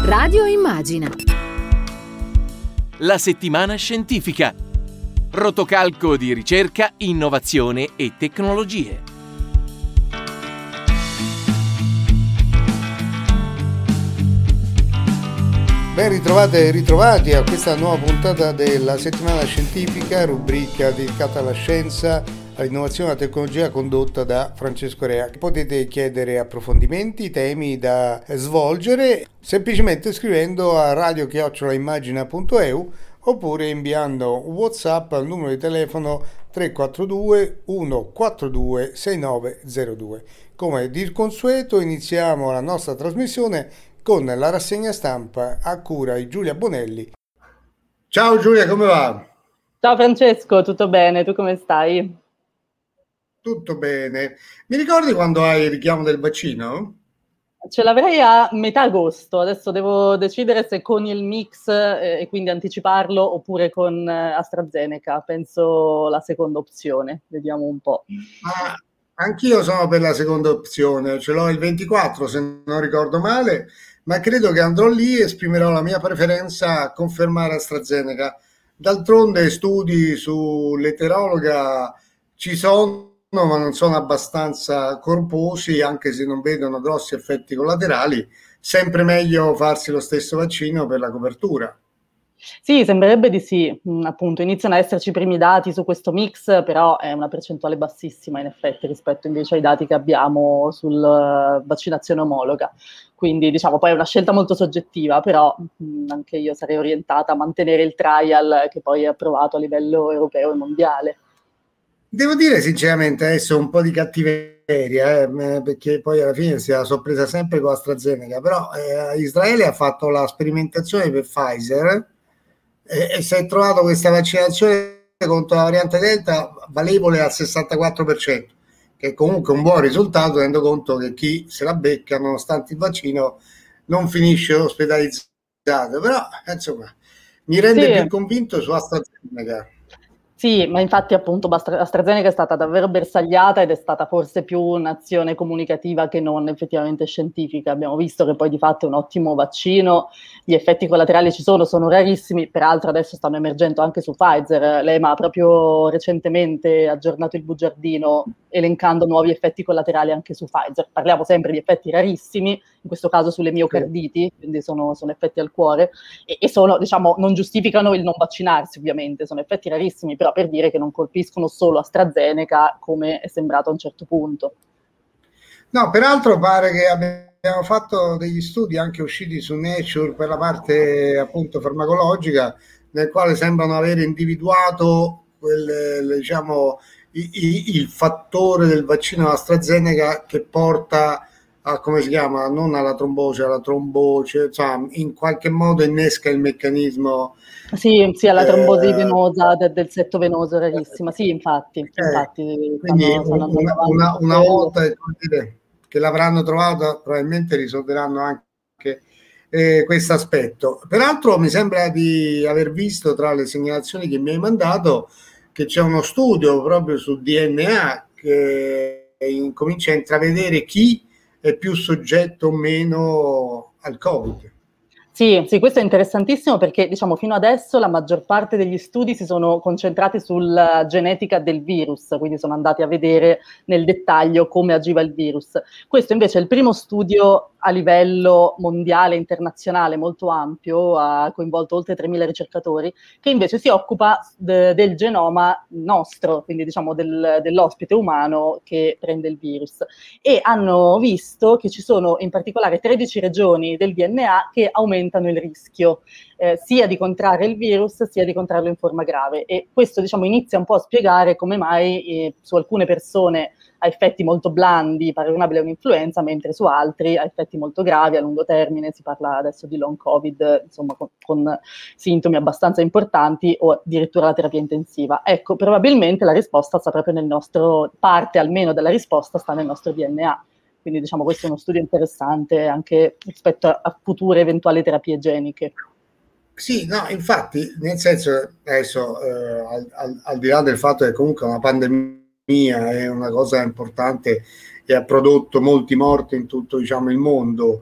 Radio Immagina. La settimana scientifica. Rotocalco di ricerca, innovazione e tecnologie. Ben ritrovate e ritrovati a questa nuova puntata della settimana scientifica, rubrica dedicata alla scienza, all'innovazione e alla tecnologia condotta da Francesco Rea. Potete chiedere approfondimenti, temi da svolgere semplicemente scrivendo a radio@immagina.eu oppure inviando un WhatsApp al numero di telefono 342 142 6902. Come di consueto iniziamo la nostra trasmissione con la rassegna stampa a cura di Giulia Bonelli. Ciao Giulia, come va? Ciao Francesco, tutto bene? Tu come stai? Tutto bene. Mi ricordi quando hai il richiamo del vaccino? Ce l'avrei a metà agosto, adesso devo decidere se con il mix e quindi anticiparlo oppure con AstraZeneca, penso la seconda opzione, vediamo un po'. Anch'io sono per la seconda opzione, ce l'ho il 24 se non ricordo male, ma credo che andrò lì e esprimerò la mia preferenza a confermare AstraZeneca. D'altronde studi sull'eterologa ci sono, ma non sono abbastanza corposi, anche se non vedono grossi effetti collaterali. Sempre meglio farsi lo stesso vaccino per la copertura. Sì, sembrerebbe di sì, appunto iniziano a esserci i primi dati su questo mix, però è una percentuale bassissima in effetti rispetto invece ai dati che abbiamo sul vaccinazione omologa, quindi diciamo poi è una scelta molto soggettiva, però anche io sarei orientata a mantenere il trial che poi è approvato a livello europeo e mondiale. Devo dire sinceramente adesso un po' di cattiveria, perché poi alla fine si è sorpresa sempre con AstraZeneca, però Israele ha fatto la sperimentazione per Pfizer e si è trovato questa vaccinazione contro la variante Delta valevole al 64%, che è comunque un buon risultato, tenendo conto che chi se la becca nonostante il vaccino non finisce ospedalizzato, però insomma mi rende più convinto su AstraZeneca. Sì, ma infatti appunto AstraZeneca è stata davvero bersagliata ed è stata forse più un'azione comunicativa che non effettivamente scientifica. Abbiamo visto che poi di fatto è un ottimo vaccino, gli effetti collaterali ci sono rarissimi, peraltro adesso stanno emergendo anche su Pfizer. L'EMA ha proprio recentemente aggiornato il bugiardino elencando nuovi effetti collaterali anche su Pfizer. Parliamo sempre di effetti rarissimi, in questo caso sulle miocarditi, quindi sono effetti al cuore e sono, diciamo, non giustificano il non vaccinarsi ovviamente, sono effetti rarissimi, però per dire che non colpiscono solo AstraZeneca come è sembrato a un certo punto. No, peraltro pare che abbiamo fatto degli studi anche usciti su Nature per la parte appunto farmacologica, nel quale sembrano aver individuato il fattore del vaccino AstraZeneca che porta a, come si chiama, non alla trombosi, alla tromboce, insomma, in qualche modo innesca il meccanismo. Sì, alla trombosi venosa del setto venoso rarissima. Sì, infatti quindi una volta che l'avranno trovato, probabilmente risolveranno anche questo aspetto. Peraltro mi sembra di aver visto tra le segnalazioni che mi hai mandato che c'è uno studio proprio sul DNA che incomincia a intravedere chi è più soggetto o meno al Covid. Sì, questo è interessantissimo perché diciamo fino adesso la maggior parte degli studi si sono concentrati sulla genetica del virus, quindi sono andati a vedere nel dettaglio come agiva il virus. Questo invece è il primo studio a livello mondiale, internazionale, molto ampio, ha coinvolto oltre 3.000 ricercatori, che invece si occupa del genoma nostro, quindi diciamo dell'ospite umano che prende il virus. E hanno visto che ci sono in particolare 13 regioni del DNA che aumentano il rischio sia di contrarre il virus sia di contrarlo in forma grave, e questo diciamo inizia un po' a spiegare come mai su alcune persone ha effetti molto blandi, paragonabili a un'influenza, mentre su altri ha effetti molto gravi a lungo termine. Si parla adesso di long covid, insomma con sintomi abbastanza importanti o addirittura la terapia intensiva. Ecco, probabilmente la risposta sta proprio nel nostro, parte almeno della risposta sta nel nostro DNA. Quindi diciamo questo è uno studio interessante anche rispetto a future eventuali terapie geniche. Sì, no, infatti, nel senso, adesso al di là del fatto che comunque una pandemia è una cosa importante e ha prodotto molti morti in tutto, diciamo, il mondo,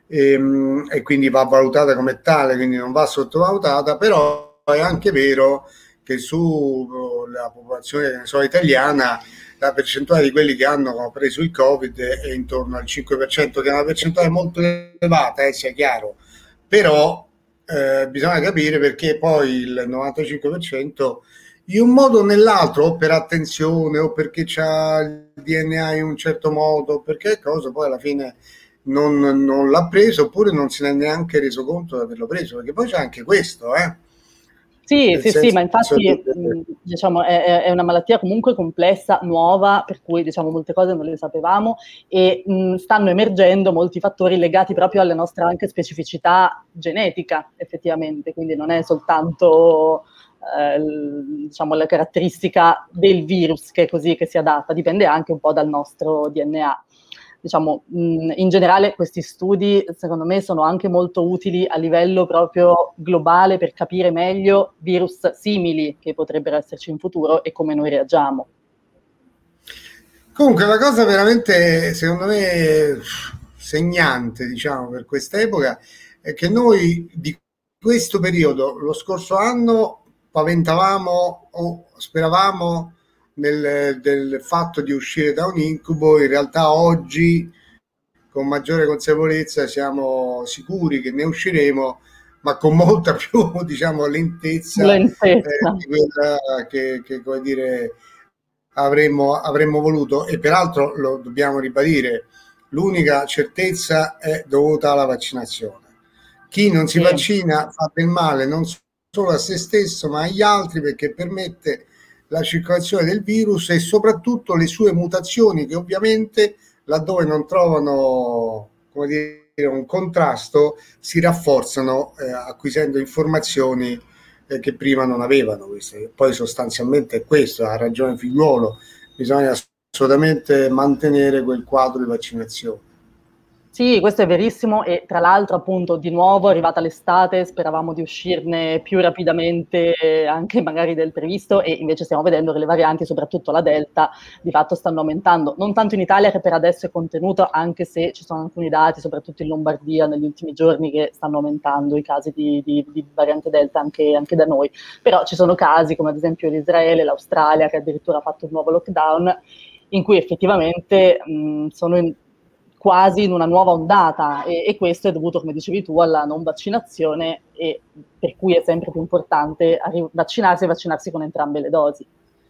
e quindi va valutata come tale, quindi non va sottovalutata, però è anche vero che sulla popolazione italiana la percentuale di quelli che hanno preso il Covid è intorno al 5%, che è una percentuale molto elevata, sia chiaro, però bisogna capire perché poi il 95% in un modo o nell'altro, o per attenzione o perché c'ha il DNA in un certo modo, perché cosa poi alla fine non l'ha preso, oppure non se ne è neanche reso conto di averlo preso, perché poi c'è anche questo, Sì, nel sì, sì, senso ma infatti che diciamo è una malattia comunque complessa, nuova, per cui diciamo molte cose non le sapevamo e stanno emergendo molti fattori legati proprio alla nostra anche specificità genetica, effettivamente, quindi non è soltanto diciamo la caratteristica del virus che è così che si adatta, dipende anche un po' dal nostro DNA. Diciamo, in generale questi studi secondo me sono anche molto utili a livello proprio globale per capire meglio virus simili che potrebbero esserci in futuro e come noi reagiamo. comunque la cosa veramente, secondo me, segnante, diciamo, per quest'epoca è che noi di questo periodo, lo scorso anno, paventavamo o speravamo del fatto di uscire da un incubo, in realtà oggi con maggiore consapevolezza siamo sicuri che ne usciremo, ma con molta più, diciamo, lentezza Lentezza. di quella che come dire, avremmo voluto. E peraltro lo dobbiamo ribadire, l'unica certezza è dovuta alla vaccinazione. Chi non si Sì. vaccina fa del male non solo a se stesso ma agli altri, perché permette la circolazione del virus e soprattutto le sue mutazioni, che ovviamente laddove non trovano, come dire, un contrasto, si rafforzano acquisendo informazioni che prima non avevano. Poi sostanzialmente è questo, ha ragione Figliuolo, bisogna assolutamente mantenere quel quadro di vaccinazione. Sì, questo è verissimo e tra l'altro appunto di nuovo è arrivata l'estate, speravamo di uscirne più rapidamente anche magari del previsto e invece stiamo vedendo che le varianti, soprattutto la Delta, di fatto stanno aumentando. Non tanto in Italia che per adesso è contenuto, anche se ci sono alcuni dati, soprattutto in Lombardia negli ultimi giorni, che stanno aumentando i casi di variante Delta anche da noi. Però ci sono casi come ad esempio l'Israele, l'Australia, che addirittura ha fatto un nuovo lockdown, in cui effettivamente sono quasi in una nuova ondata e questo è dovuto, come dicevi tu, alla non vaccinazione e per cui è sempre più importante vaccinarsi e vaccinarsi con entrambe le dosi.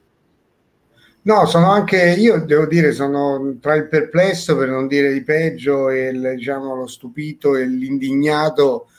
No, sono anche, io devo dire, sono tra il perplesso, per non dire di peggio, e diciamo, lo stupito e l'indignato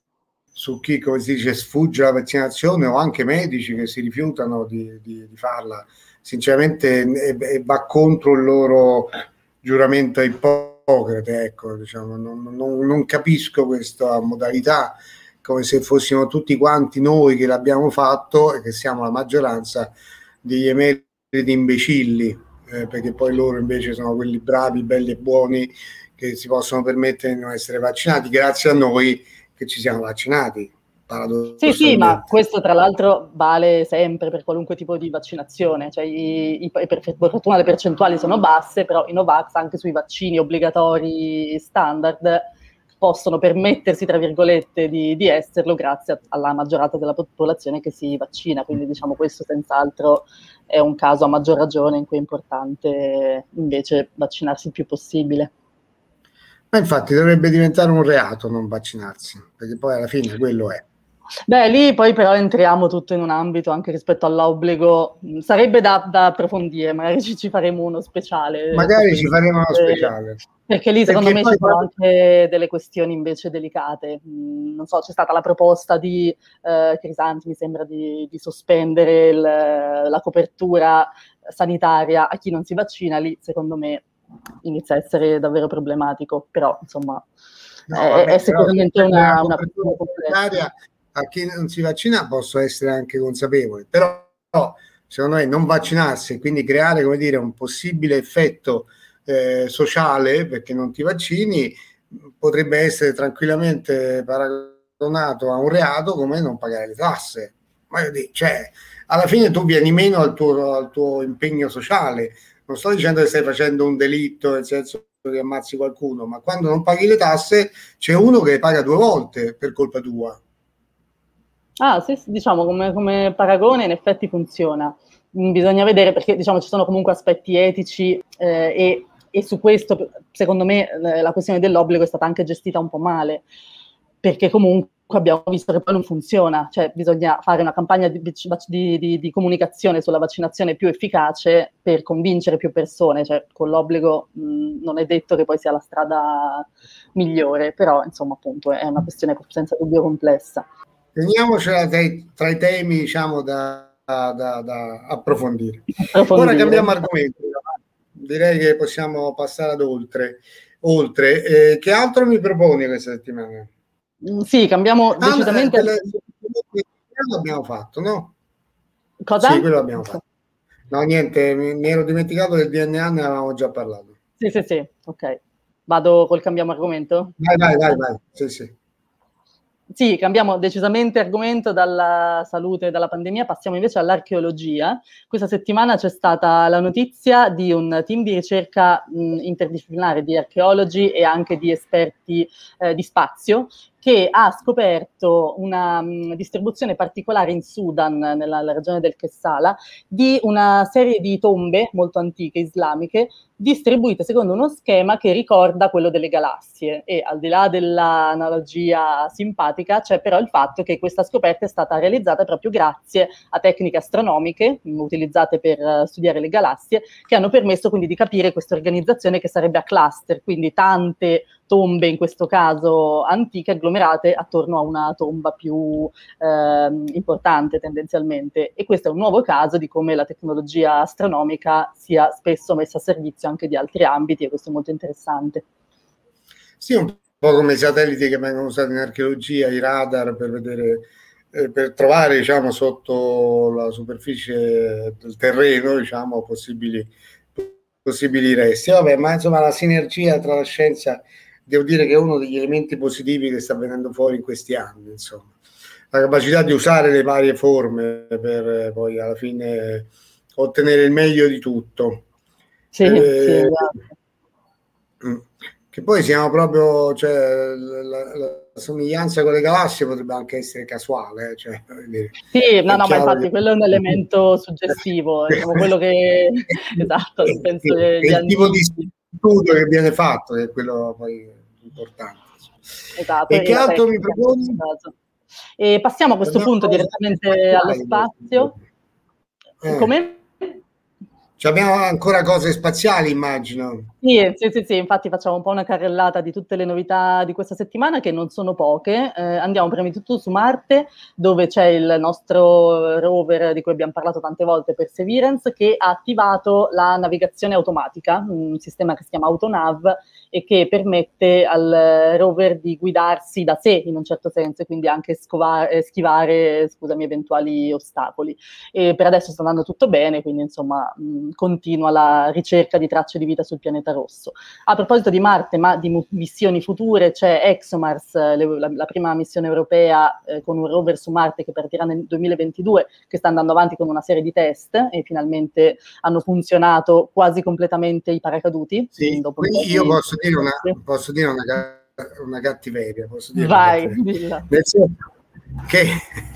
su chi, come si dice, sfugge la vaccinazione, o anche medici che si rifiutano di farla. Sinceramente va contro il loro giuramento a Ippocrate, ecco, diciamo, non capisco questa modalità, come se fossimo tutti quanti noi che l'abbiamo fatto e che siamo la maggioranza degli emeriti imbecilli, perché poi loro invece sono quelli bravi, belli e buoni che si possono permettere di non essere vaccinati grazie a noi che ci siamo vaccinati. Sì, ma questo tra l'altro vale sempre per qualunque tipo di vaccinazione, cioè per fortuna le percentuali sono basse, però i Novax anche sui vaccini obbligatori standard possono permettersi, tra virgolette, di esserlo grazie alla maggioranza della popolazione che si vaccina, quindi diciamo questo senz'altro è un caso a maggior ragione in cui è importante invece vaccinarsi il più possibile. Ma infatti dovrebbe diventare un reato non vaccinarsi, perché poi alla fine quello è. Beh, lì poi però entriamo tutto in un ambito anche rispetto all'obbligo, sarebbe da approfondire, magari ci faremo uno speciale. Magari ci faremo uno speciale. Perché lì secondo me ci sono anche delle questioni invece delicate. Non so, c'è stata la proposta di Crisanti, mi sembra, di sospendere la copertura sanitaria a chi non si vaccina, lì secondo me inizia a essere davvero problematico, però insomma è sicuramente una questione complessa. A chi non si vaccina posso essere anche consapevole, però secondo me non vaccinarsi e quindi creare, come dire, un possibile effetto sociale perché non ti vaccini potrebbe essere tranquillamente paragonato a un reato come non pagare le tasse. Voglio dire, cioè, alla fine tu vieni meno al tuo impegno sociale. Non sto dicendo che stai facendo un delitto, nel senso che ammazzi qualcuno, ma quando non paghi le tasse c'è uno che paga 2 volte per colpa tua. Ah, sì, diciamo come paragone in effetti funziona. Bisogna vedere perché diciamo ci sono comunque aspetti etici e su questo secondo me la questione dell'obbligo è stata anche gestita un po' male, perché comunque abbiamo visto che poi non funziona, cioè bisogna fare una campagna di comunicazione sulla vaccinazione più efficace per convincere più persone, cioè con l'obbligo non è detto che poi sia la strada migliore, però insomma appunto è una questione senza dubbio complessa. Teniamocela tra i temi, diciamo, da approfondire. Ora cambiamo argomento. Direi che possiamo passare ad oltre. Che altro mi proponi questa settimana? Sì, cambiamo decisamente. Quello abbiamo fatto, no? Cosa? Sì, quello abbiamo fatto. No, niente, mi ero dimenticato del DNA, ne avevamo già parlato. Sì, ok. Vado col cambiamo argomento? Vai. Sì. Sì, cambiamo decisamente argomento dalla salute e dalla pandemia, passiamo invece all'archeologia. Questa settimana c'è stata la notizia di un team di ricerca interdisciplinare di archeologi e anche di esperti di spazio che ha scoperto una distribuzione particolare in Sudan, nella regione del Kessala, di una serie di tombe molto antiche, islamiche, distribuite secondo uno schema che ricorda quello delle galassie. E al di là dell'analogia simpatica c'è però il fatto che questa scoperta è stata realizzata proprio grazie a tecniche astronomiche utilizzate per studiare le galassie, che hanno permesso quindi di capire questa organizzazione che sarebbe a cluster, quindi tante tombe, in questo caso antiche, agglomerate attorno a una tomba più importante tendenzialmente. E questo è un nuovo caso di come la tecnologia astronomica sia spesso messa a servizio anche di altri ambiti, e questo è molto interessante. Sì, un po' come i satelliti che vengono usati in archeologia, i radar per vedere, per trovare, diciamo, sotto la superficie del terreno, diciamo, possibili resti. Vabbè, ma insomma la sinergia tra la scienza, devo dire che è uno degli elementi positivi che sta venendo fuori in questi anni, insomma. La capacità di usare le varie forme per poi alla fine ottenere il meglio di tutto. Sì, esatto. Che poi siamo proprio, cioè, la somiglianza con le galassie potrebbe anche essere casuale, cioè, sì, no, ma infatti quello è un elemento suggestivo, diciamo, quello che esatto, penso che il tipo di studio che viene fatto è quello poi importante. Esatto, e che altro mi proponi? E passiamo a questo punto direttamente allo spazio. Come? Abbiamo ancora cose spaziali, immagino. Sì, infatti facciamo un po' una carrellata di tutte le novità di questa settimana, che non sono poche. Andiamo prima di tutto su Marte, dove c'è il nostro rover di cui abbiamo parlato tante volte, Perseverance, che ha attivato la navigazione automatica, un sistema che si chiama Autonav e che permette al rover di guidarsi da sé in un certo senso, e quindi anche schivare eventuali ostacoli. E per adesso sta andando tutto bene, quindi insomma continua la ricerca di tracce di vita sul pianeta rosso. A proposito di Marte, ma di missioni future, c'è ExoMars, la prima missione europea con un rover su Marte che partirà nel 2022, che sta andando avanti con una serie di test e finalmente hanno funzionato quasi completamente i paracaduti. Sì, quindi io posso dire una cattiveria. Vai, dilla. Nel senso che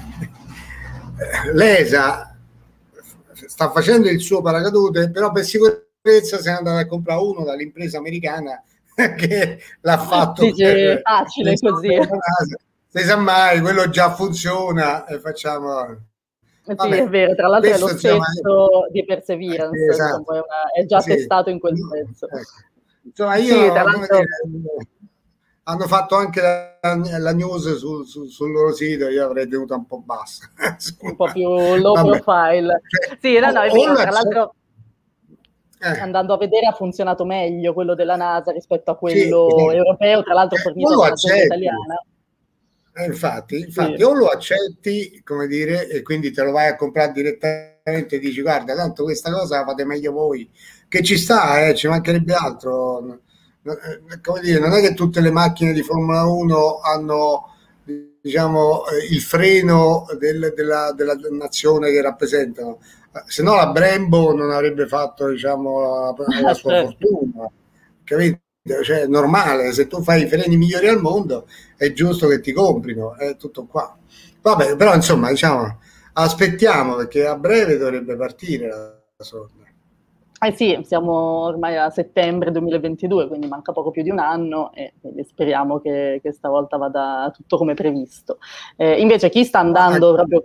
l'ESA sta facendo il suo paracadute, però per sicurezza se ne è andata a comprare uno dall'impresa americana che l'ha fatto. Dice facile così. Se sa mai, quello già funziona e facciamo. Vabbè, sì, è vero, tra l'altro è lo stesso di Perseverance, esatto. Insomma, è già testato in quel senso. Insomma, io, hanno fatto anche la news sul loro sito, io avrei tenuta un po' bassa. Un po' più low profile. Sì, no, è vero, tra l'altro andando a vedere ha funzionato meglio quello della NASA rispetto a quello europeo, tra l'altro fornito dall'azienda italiana. Infatti, o lo accetti, come dire, e quindi te lo vai a comprare direttamente e dici guarda, tanto questa cosa la fate meglio voi, che ci sta, ci mancherebbe altro. Come dire, non è che tutte le macchine di Formula 1 hanno, diciamo, il freno della nazione che rappresentano, se no la Brembo non avrebbe fatto, diciamo, la sua fortuna, capito? cioè è normale, se tu fai i freni migliori al mondo è giusto che ti comprino, è tutto qua. Vabbè, però insomma, diciamo, aspettiamo, perché a breve dovrebbe partire la sonda. Eh sì, siamo ormai a settembre 2022, quindi manca poco più di un anno e quindi speriamo che stavolta vada tutto come previsto. Invece chi sta andando proprio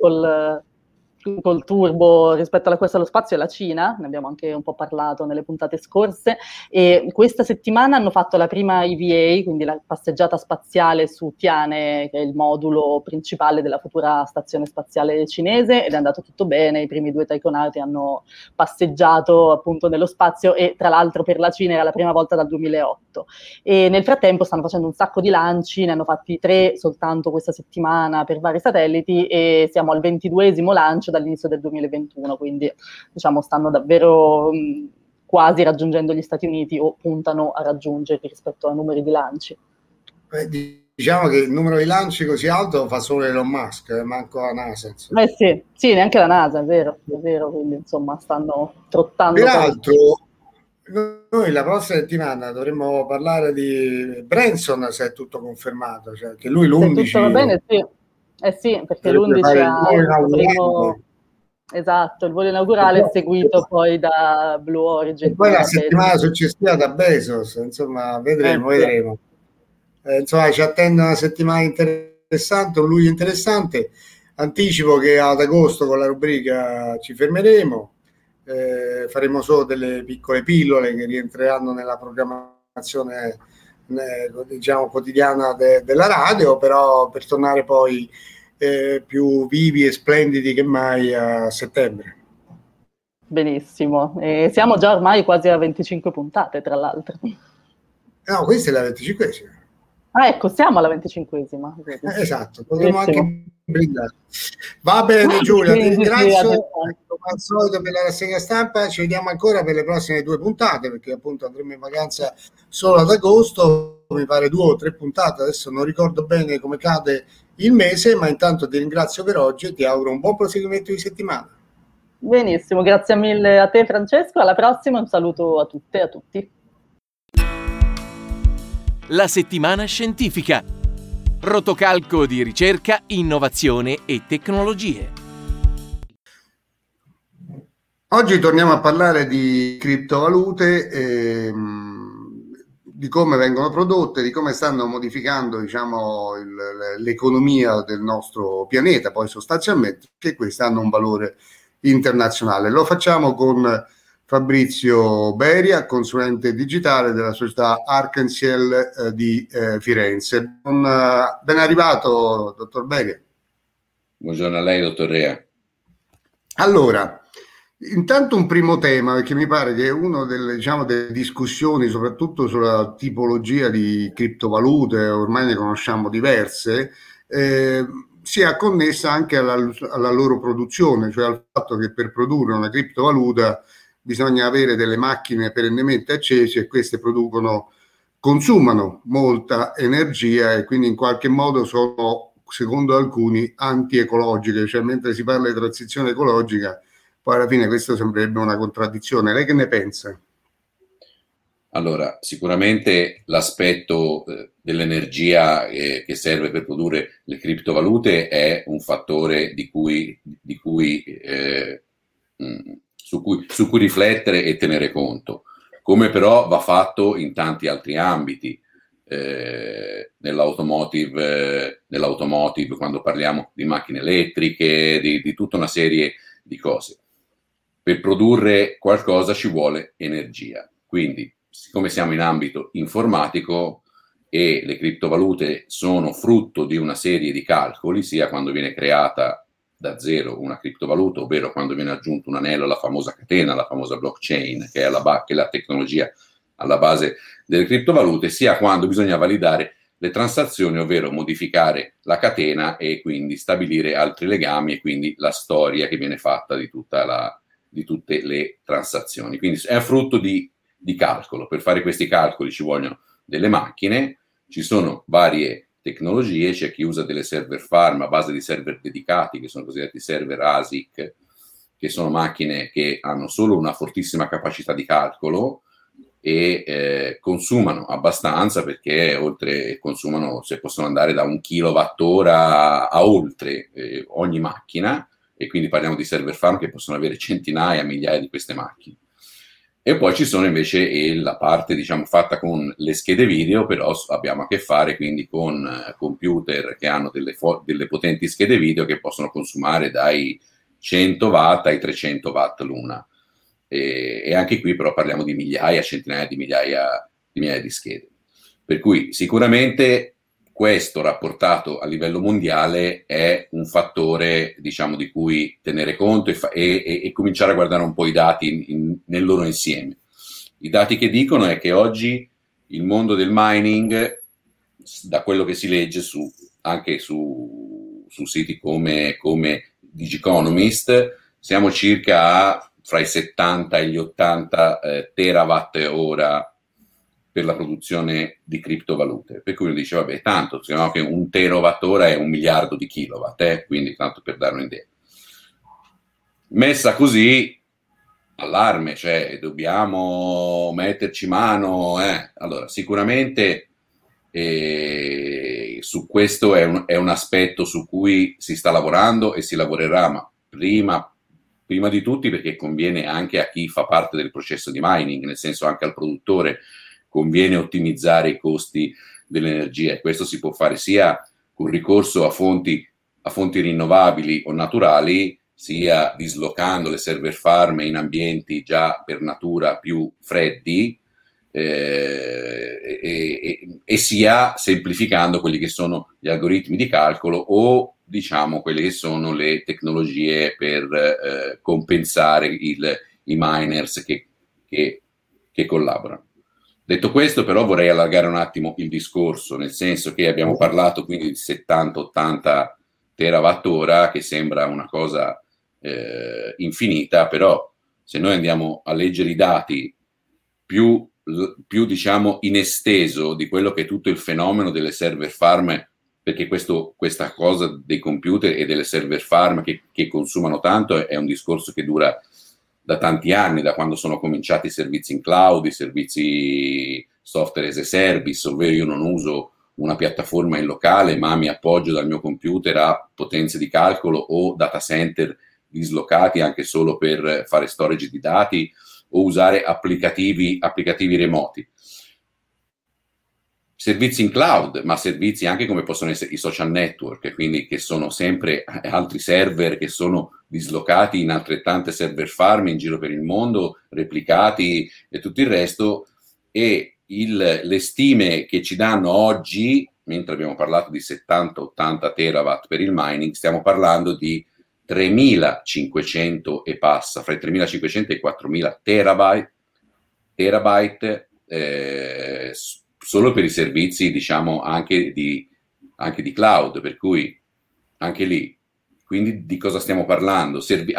col turbo rispetto alla questa allo spazio è la Cina, ne abbiamo anche un po' parlato nelle puntate scorse, e questa settimana hanno fatto la prima EVA, quindi la passeggiata spaziale su Tiane, che è il modulo principale della futura stazione spaziale cinese, ed è andato tutto bene, i primi 2 taikonauti hanno passeggiato appunto nello spazio, e tra l'altro per la Cina era la prima volta dal 2008. E nel frattempo stanno facendo un sacco di lanci, ne hanno fatti 3 soltanto questa settimana per vari satelliti, e siamo al 22esimo lancio dall'inizio del 2021, quindi diciamo stanno davvero quasi raggiungendo gli Stati Uniti, o puntano a raggiungerli rispetto ai numeri di lanci. Diciamo che il numero di lanci così alto fa solo Elon Musk, manco la NASA. Insomma. Sì, neanche la NASA, è vero, quindi insomma stanno trottando. Peraltro, noi la prossima settimana dovremmo parlare di Branson, se è tutto confermato, cioè che lui l'11... Se tutto va bene, sì. Sì, perché l'11 ha esatto, il volo inaugurale seguito poi da Blue Origin. E poi la settimana successiva da Bezos, insomma, vedremo. Insomma, ci attende una settimana interessante, un luglio interessante. Anticipo che ad agosto con la rubrica ci fermeremo, faremo solo delle piccole pillole che rientreranno nella programmazione diciamo quotidiana della radio, però per tornare poi più vivi e splendidi che mai a settembre. Benissimo, siamo già ormai quasi a 25 puntate, tra l'altro. No, questa è la 25esima. Ah, ecco, siamo alla 25esima. Esatto, potremmo anche brindare. Va bene Giulia, ti ringrazio come al solito per la rassegna stampa, ci vediamo ancora per le prossime 2 puntate, perché appunto andremo in vacanza solo ad agosto, mi pare 2 o 3 puntate, adesso non ricordo bene come cade il mese, ma intanto ti ringrazio per oggi e ti auguro un buon proseguimento di settimana. Benissimo, grazie mille a te Francesco, alla prossima, un saluto a tutte e a tutti. La settimana scientifica. Rotocalco di ricerca, innovazione e tecnologie. Oggi torniamo a parlare di criptovalute, di come vengono prodotte, di come stanno modificando, diciamo, l'economia del nostro pianeta, poi sostanzialmente che queste hanno un valore internazionale. Lo facciamo con Fabrizio Beria, consulente digitale della società Arc&Ciel di Firenze. Ben arrivato, dottor Beria. Buongiorno a lei, dottor Rea. Allora, intanto un primo tema, perché mi pare che una delle discussioni, soprattutto sulla tipologia di criptovalute, ormai ne conosciamo diverse, sia connessa anche alla loro produzione, cioè al fatto che per produrre una criptovaluta bisogna avere delle macchine perennemente accese e queste consumano molta energia e quindi in qualche modo sono, secondo alcuni, anti-ecologiche, cioè mentre si parla di transizione ecologica, poi alla fine questo sembrerebbe una contraddizione. Lei che ne pensa? Allora, sicuramente l'aspetto dell'energia che serve per produrre le criptovalute è un fattore su cui riflettere e tenere conto, come però va fatto in tanti altri ambiti, nell'automotive, quando parliamo di macchine elettriche, di tutta una serie di cose. Per produrre qualcosa ci vuole energia, quindi siccome siamo in ambito informatico e le criptovalute sono frutto di una serie di calcoli, sia quando viene creata da zero una criptovaluta, ovvero quando viene aggiunto un anello alla famosa catena, la famosa blockchain, che è la tecnologia alla base delle criptovalute, sia quando bisogna validare le transazioni, ovvero modificare la catena e quindi stabilire altri legami e quindi la storia che viene fatta di tutte le transazioni. Quindi è frutto di calcolo. Per fare questi calcoli ci vogliono delle macchine, ci sono varie tecnologie, c'è chi usa delle server farm a base di server dedicati, che sono cosiddetti server ASIC, che sono macchine che hanno solo una fortissima capacità di calcolo, e consumano abbastanza, perché oltre consumano, se possono andare da 1 kilowattora a oltre ogni macchina, e quindi parliamo di server farm che possono avere centinaia, migliaia di queste macchine. E poi ci sono invece la parte, diciamo, fatta con le schede video, però abbiamo a che fare quindi con computer che hanno delle potenti schede video che possono consumare dai 100 watt ai 300 watt l'una. E anche qui però parliamo di migliaia, centinaia di migliaia di schede. Per cui sicuramente questo rapportato a livello mondiale è un fattore, diciamo, di cui tenere conto e cominciare a guardare un po' i dati nel loro insieme. I dati che dicono è che oggi il mondo del mining, da quello che si legge anche su siti come Digiconomist, siamo circa fra i 70 e gli 80 terawatt ora per la produzione di criptovalute. Per cui uno dice, vabbè, tanto, sappiamo che 1 terawattora è 1 miliardo di kilowatt, quindi tanto per dare un'idea. Messa così, allarme, cioè dobbiamo metterci mano. Allora, sicuramente su questo è un aspetto su cui si sta lavorando e si lavorerà, ma prima di tutti perché conviene anche a chi fa parte del processo di mining, nel senso anche al produttore conviene ottimizzare i costi dell'energia, e questo si può fare sia con ricorso a fonti rinnovabili o naturali, sia dislocando le server farm in ambienti già per natura più freddi, e sia semplificando quelli che sono gli algoritmi di calcolo o, diciamo, quelle che sono le tecnologie per compensare i miners che collaborano. Detto questo, però, vorrei allargare un attimo il discorso, nel senso che abbiamo parlato quindi di 70-80 terawattora, che sembra una cosa infinita, però se noi andiamo a leggere i dati più diciamo in esteso di quello che è tutto il fenomeno delle server farm, perché questa cosa dei computer e delle server farm che consumano tanto è un discorso che dura da tanti anni, da quando sono cominciati i servizi in cloud, i servizi software as a service, ovvero io non uso una piattaforma in locale, ma mi appoggio dal mio computer a potenze di calcolo o data center dislocati anche solo per fare storage di dati o usare applicativi remoti. Servizi in cloud, ma servizi anche come possono essere i social network, quindi che sono sempre altri server che sono dislocati in altrettante server farm in giro per il mondo, replicati e tutto il resto, e le stime che ci danno oggi, mentre abbiamo parlato di 70-80 terawatt per il mining, stiamo parlando di 3.500 e passa, fra i 3.500 e i 4.000 terabyte solo per i servizi, diciamo, anche di cloud, per cui anche lì, quindi di cosa stiamo parlando?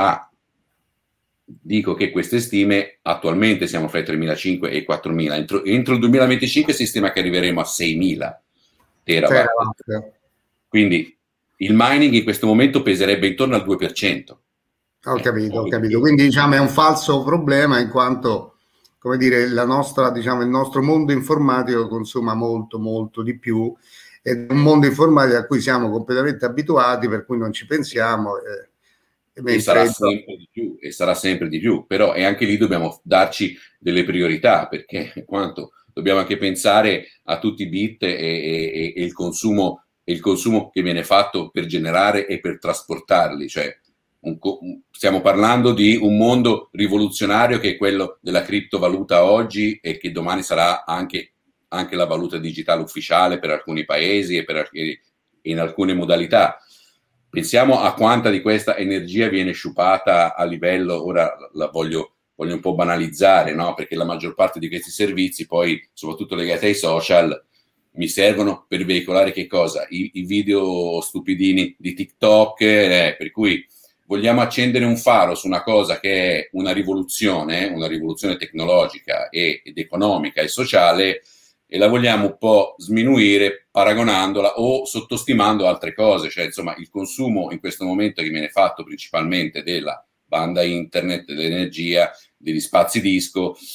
Dico che queste stime attualmente siamo fra i 3.500 e i 4.000, entro il 2025 si stima che arriveremo a 6.000 terawatt. Quindi il mining in questo momento peserebbe intorno al 2%. Ho capito. Quindi, diciamo, è un falso problema, in quanto, come dire, il nostro mondo informatico consuma molto, molto di più, ed è un mondo informatico a cui siamo completamente abituati, per cui non ci pensiamo. E sarà sempre di più, però e anche lì dobbiamo darci delle priorità, perché quanto dobbiamo anche pensare a tutti i bit e il consumo che viene fatto per generare e per trasportarli, cioè stiamo parlando di un mondo rivoluzionario che è quello della criptovaluta oggi, e che domani sarà anche la valuta digitale ufficiale per alcuni paesi e in alcune modalità. Pensiamo a quanta di questa energia viene sciupata a livello, ora la voglio un po' banalizzare, no? Perché la maggior parte di questi servizi, poi soprattutto legati ai social, mi servono per veicolare che cosa? I video stupidini di TikTok, per cui vogliamo accendere un faro su una cosa che è una rivoluzione tecnologica ed economica e sociale, e la vogliamo un po' sminuire paragonandola o sottostimando altre cose, cioè insomma il consumo in questo momento che viene fatto principalmente della banda internet, dell'energia, degli spazi disco,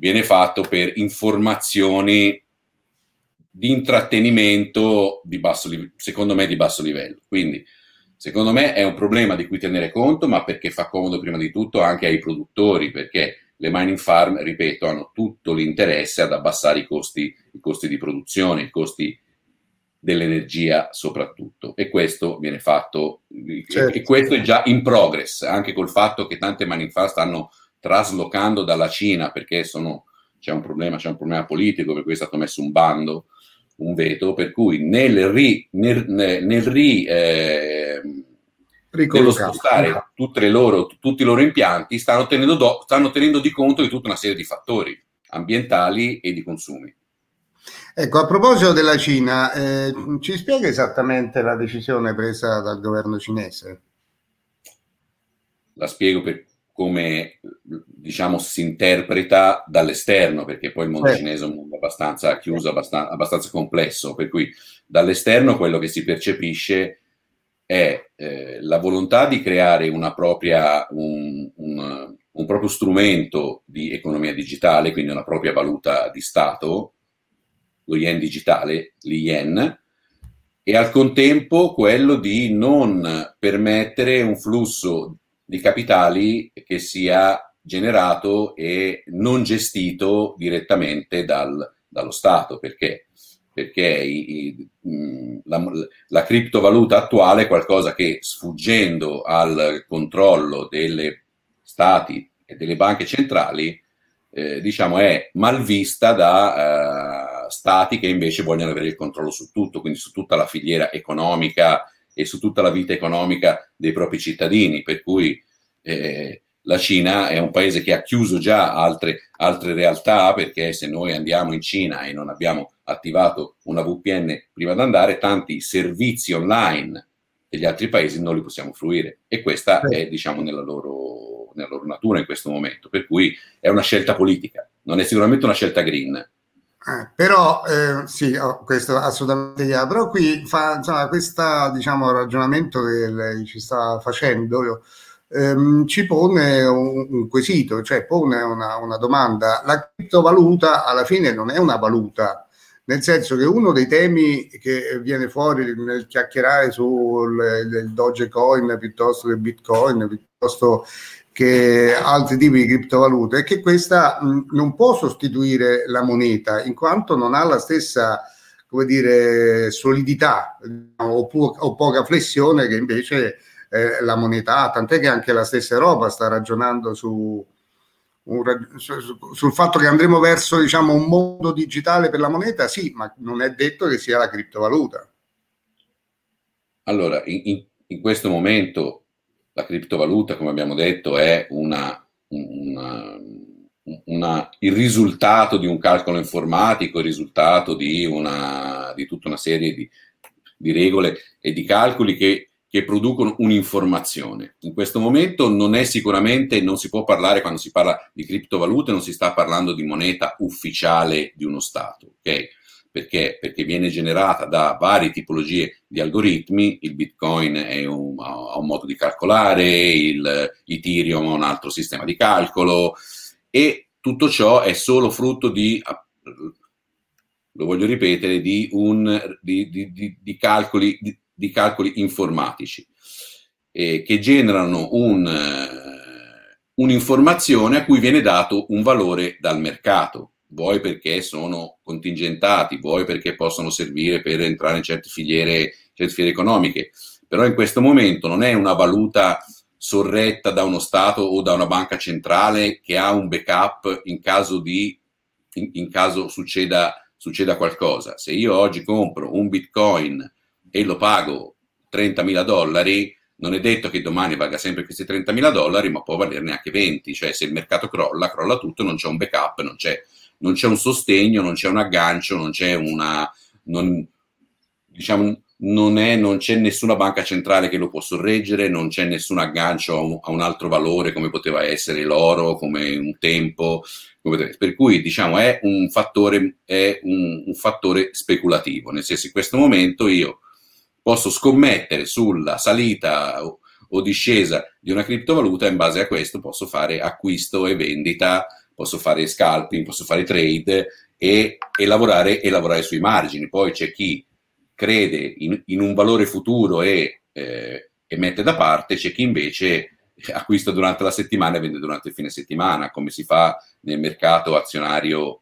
viene fatto per informazioni di intrattenimento di basso livello, secondo me di basso livello. Quindi, secondo me è un problema di cui tenere conto, ma perché fa comodo prima di tutto anche ai produttori, perché le mining farm, ripeto, hanno tutto l'interesse ad abbassare i costi di produzione, i costi dell'energia soprattutto, e questo viene fatto, certo. E questo è già in progress, anche col fatto che tante mining farm stanno traslocando dalla Cina, perché c'è un problema politico, per cui è stato messo un bando, un veto, per cui nello spostare tutti i loro impianti stanno tenendo di conto di tutta una serie di fattori ambientali e di consumi. Ecco, a proposito della Cina, ci spiega esattamente la decisione presa dal governo cinese? La spiego per come, diciamo, si interpreta dall'esterno, perché poi il mondo cinese è un mondo abbastanza chiuso, abbastanza complesso, per cui dall'esterno quello che si percepisce è la volontà di creare un proprio strumento di economia digitale, quindi una propria valuta di Stato, lo yen digitale, l'yen, e al contempo quello di non permettere un flusso di capitali che sia generato e non gestito direttamente dallo Stato. Perché la criptovaluta attuale è qualcosa che, sfuggendo al controllo delle stati e delle banche centrali, diciamo è mal vista da stati che invece vogliono avere il controllo su tutto, quindi su tutta la filiera economica e su tutta la vita economica dei propri cittadini, per cui la Cina è un paese che ha chiuso già altre realtà, perché se noi andiamo in Cina e non abbiamo attivato una VPN prima di andare, tanti servizi online degli altri paesi non li possiamo fruire, e questa è, diciamo, nella loro natura in questo momento, per cui è una scelta politica, non è sicuramente una scelta green. Però sì, questo assolutamente chiaro. Però qui questo, diciamo, ragionamento che lei ci sta facendo ci pone un quesito, cioè pone una domanda. La criptovaluta alla fine non è una valuta, nel senso che uno dei temi che viene fuori nel chiacchierare sul Dogecoin piuttosto che Bitcoin, piuttosto che altri tipi di criptovalute, è che questa non può sostituire la moneta, in quanto non ha la stessa, come dire, solidità o poca flessione che invece la moneta ha, tant'è che anche la stessa Europa sta ragionando sul fatto che andremo verso, diciamo, un mondo digitale per la moneta, sì, ma non è detto che sia la criptovaluta. Allora, in questo momento la criptovaluta, come abbiamo detto, è il risultato di un calcolo informatico, il risultato di tutta una serie di regole e di calcoli che producono un'informazione. In questo momento non si può parlare, quando si parla di criptovalute, non si sta parlando di moneta ufficiale di uno Stato, ok? Perché viene generata da varie tipologie di algoritmi. Il Bitcoin ha un modo di calcolare, Ethereum ha un altro sistema di calcolo, e tutto ciò è solo frutto lo voglio ripetere, di calcoli informatici che generano un'informazione a cui viene dato un valore dal mercato, vuoi perché sono contingentati, vuoi perché possono servire per entrare in certe filiere economiche, però in questo momento non è una valuta sorretta da uno Stato o da una banca centrale che ha un backup in caso succeda qualcosa. Se io oggi compro un Bitcoin e lo pago $30.000, non è detto che domani valga sempre questi $30.000, ma può valerne anche 20, cioè se il mercato crolla tutto, non c'è un backup, non c'è un sostegno, non c'è un aggancio, non c'è nessuna banca centrale che lo può sorreggere, non c'è nessun aggancio a un altro valore come poteva essere l'oro, come un tempo, per cui, diciamo, è un fattore speculativo, nel senso che in questo momento io posso scommettere sulla salita o discesa di una criptovaluta, e in base a questo posso fare acquisto e vendita posso fare scalping, posso fare trade e lavorare sui margini. Poi c'è chi crede in un valore futuro e mette da parte, c'è chi invece acquista durante la settimana e vende durante il fine settimana, come si fa nel mercato azionario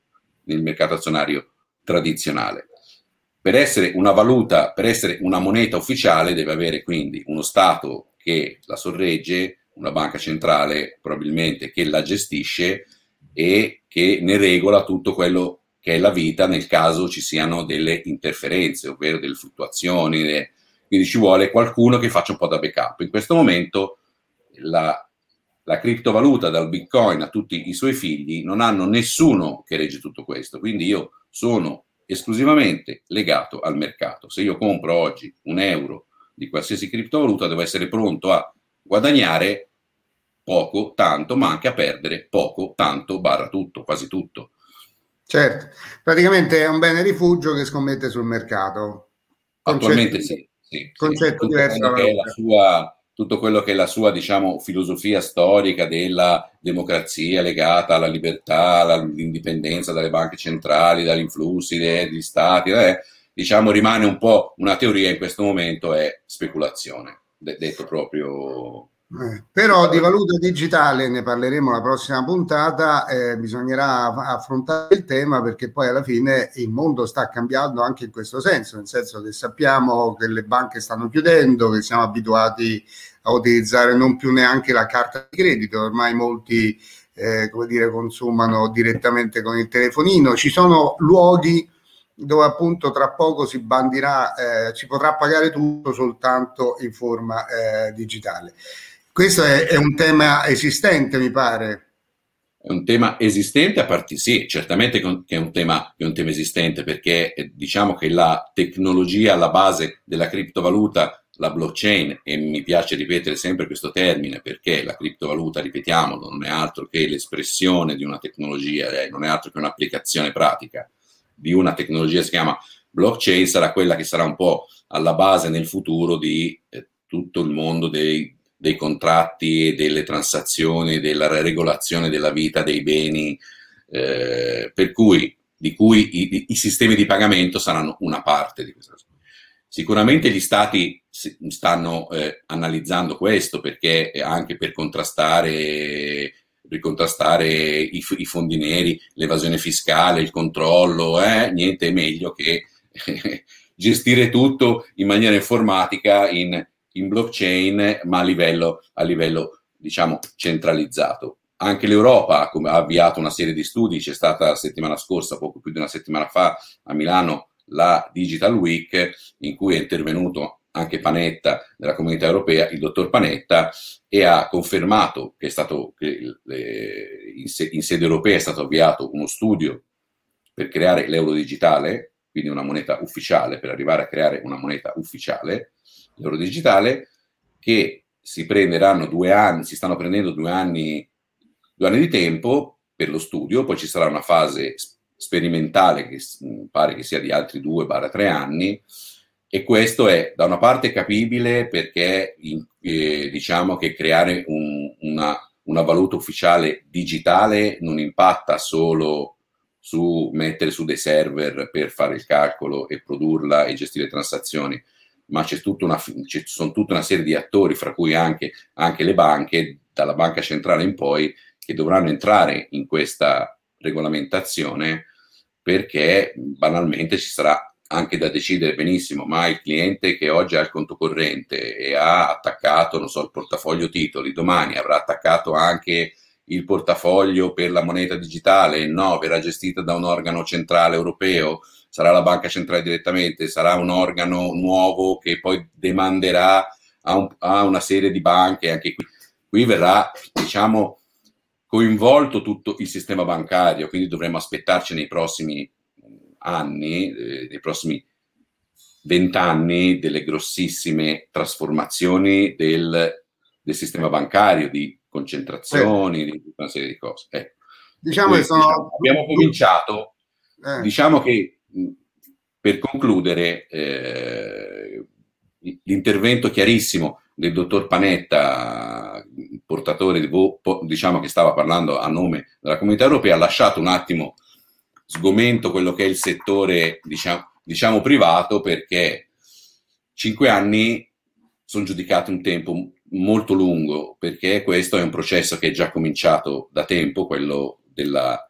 tradizionale. Per essere una valuta, per essere una moneta ufficiale, deve avere quindi uno Stato che la sorregge, una banca centrale probabilmente che la gestisce e che ne regola tutto quello che è la vita nel caso ci siano delle interferenze, ovvero delle fluttuazioni. Quindi ci vuole qualcuno che faccia un po' da backup. In questo momento la criptovaluta, dal Bitcoin a tutti i suoi figli, non hanno nessuno che regge tutto questo. Quindi io sono esclusivamente legato al mercato. Se io compro oggi €1 di qualsiasi criptovaluta, devo essere pronto a guadagnare poco, tanto, ma anche a perdere poco, tanto, barra tutto, quasi tutto. Certo, praticamente è un bene rifugio che scommette sul mercato. Attualmente sì. Concetto diverso dalla valuta. Tutto quello che è la sua, diciamo, filosofia storica della democrazia legata alla libertà, all'indipendenza dalle banche centrali, dagli influssi degli stati, diciamo rimane un po' una teoria, in questo momento è speculazione, detto proprio. Però di valuta digitale ne parleremo la prossima puntata, bisognerà affrontare il tema, perché poi alla fine il mondo sta cambiando anche in questo senso, nel senso che sappiamo che le banche stanno chiudendo, che siamo abituati a utilizzare non più neanche la carta di credito, ormai molti consumano direttamente con il telefonino. Ci sono luoghi dove appunto tra poco si bandirà, ci potrà pagare tutto soltanto in forma digitale. Questo è un tema esistente, mi pare. È un tema esistente, sì, certamente che è un tema esistente, perché diciamo che la tecnologia alla base della criptovaluta, la blockchain, e mi piace ripetere sempre questo termine perché la criptovaluta, ripetiamolo, non è altro che l'espressione di una tecnologia, non è altro che un'applicazione pratica di una tecnologia che si chiama blockchain, sarà quella che sarà un po' alla base nel futuro di tutto il mondo dei contratti e delle transazioni, della regolazione della vita dei beni, di cui i sistemi di pagamento saranno una parte di questo. Sicuramente gli stati stanno analizzando questo, perché anche per ricontrastare i fondi neri, l'evasione fiscale, il controllo, niente è meglio che gestire tutto in maniera informatica in blockchain, ma a livello diciamo centralizzato. Anche l'Europa ha avviato una serie di studi, c'è stata la settimana scorsa, poco più di una settimana fa, a Milano, la Digital Week, in cui è intervenuto anche Panetta della Comunità Europea, il dottor Panetta, e ha confermato che in sede europea è stato avviato uno studio per creare l'euro digitale, quindi una moneta ufficiale, per arrivare a creare una moneta ufficiale, l'euro digitale, che si stanno prendendo 2 anni di tempo per lo studio, poi ci sarà una fase sperimentale che pare che sia di altri 2-3 anni, e questo è da una parte capibile, perché diciamo che creare una valuta ufficiale digitale non impatta solo su mettere su dei server per fare il calcolo e produrla e gestire transazioni, ma ci sono tutta una serie di attori, fra cui anche le banche, dalla banca centrale in poi, che dovranno entrare in questa regolamentazione, perché banalmente ci sarà anche da decidere benissimo, ma il cliente che oggi ha il conto corrente e ha attaccato, non so, il portafoglio titoli, domani avrà attaccato anche il portafoglio per la moneta digitale, no, verrà gestita da un organo centrale europeo, sarà la banca centrale direttamente, sarà un organo nuovo che poi demanderà a una serie di banche. Anche qui verrà, diciamo, coinvolto tutto il sistema bancario, quindi dovremo aspettarci nei prossimi anni, nei prossimi 20 anni, delle grossissime trasformazioni del sistema bancario, di concentrazioni, di tutta una serie di cose. Diciamo che abbiamo cominciato, diciamo che per concludere, l'intervento chiarissimo del dottor Panetta portatore diciamo che stava parlando a nome della Comunità Europea, ha lasciato un attimo sgomento quello che è il settore diciamo privato, perché 5 anni sono giudicati un tempo molto lungo, perché questo è un processo che è già cominciato da tempo, quello della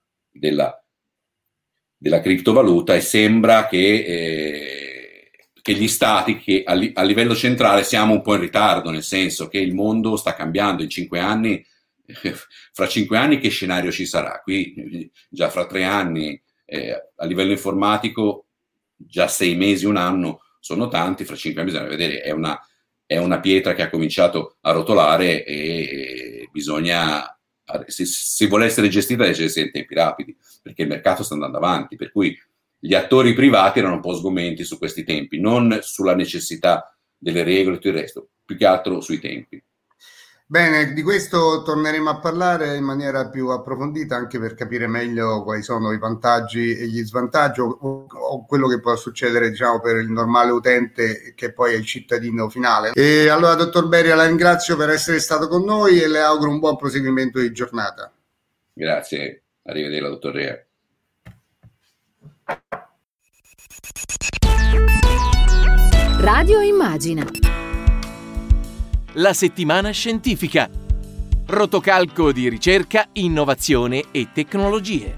criptovaluta, e sembra che gli stati, che a livello centrale siamo un po' in ritardo, nel senso che il mondo sta cambiando in 5 anni. Fra 5 anni che scenario ci sarà? Qui già fra 3 anni a livello informatico già 6 mesi, un anno sono tanti, fra 5 anni bisogna vedere, è una pietra che ha cominciato a rotolare e bisogna, se vuole essere gestita, deve essere in tempi rapidi, perché il mercato sta andando avanti, per cui gli attori privati erano un po' sgomenti su questi tempi, non sulla necessità delle regole e tutto il resto, più che altro sui tempi. Bene, di questo torneremo a parlare in maniera più approfondita, anche per capire meglio quali sono i vantaggi e gli svantaggi o quello che può succedere, diciamo, per il normale utente, che poi è il cittadino finale. E allora, dottor Beria, la ringrazio per essere stato con noi e le auguro un buon proseguimento di giornata. Grazie, arrivederla, dottor Rea. Radio Immagina. La settimana scientifica. Rotocalco di ricerca, innovazione e tecnologie.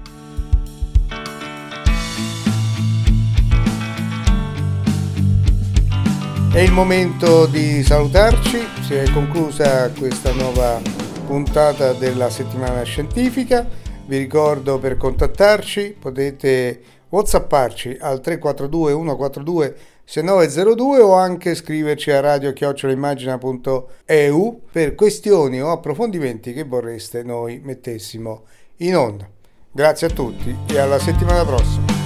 È il momento di salutarci, si è conclusa questa nuova puntata della settimana scientifica. Vi ricordo, per contattarci potete WhatsApparci al 342 142 6902 o anche scriverci a radio@immagina.eu per questioni o approfondimenti che vorreste noi mettessimo in onda. Grazie a tutti e alla settimana prossima.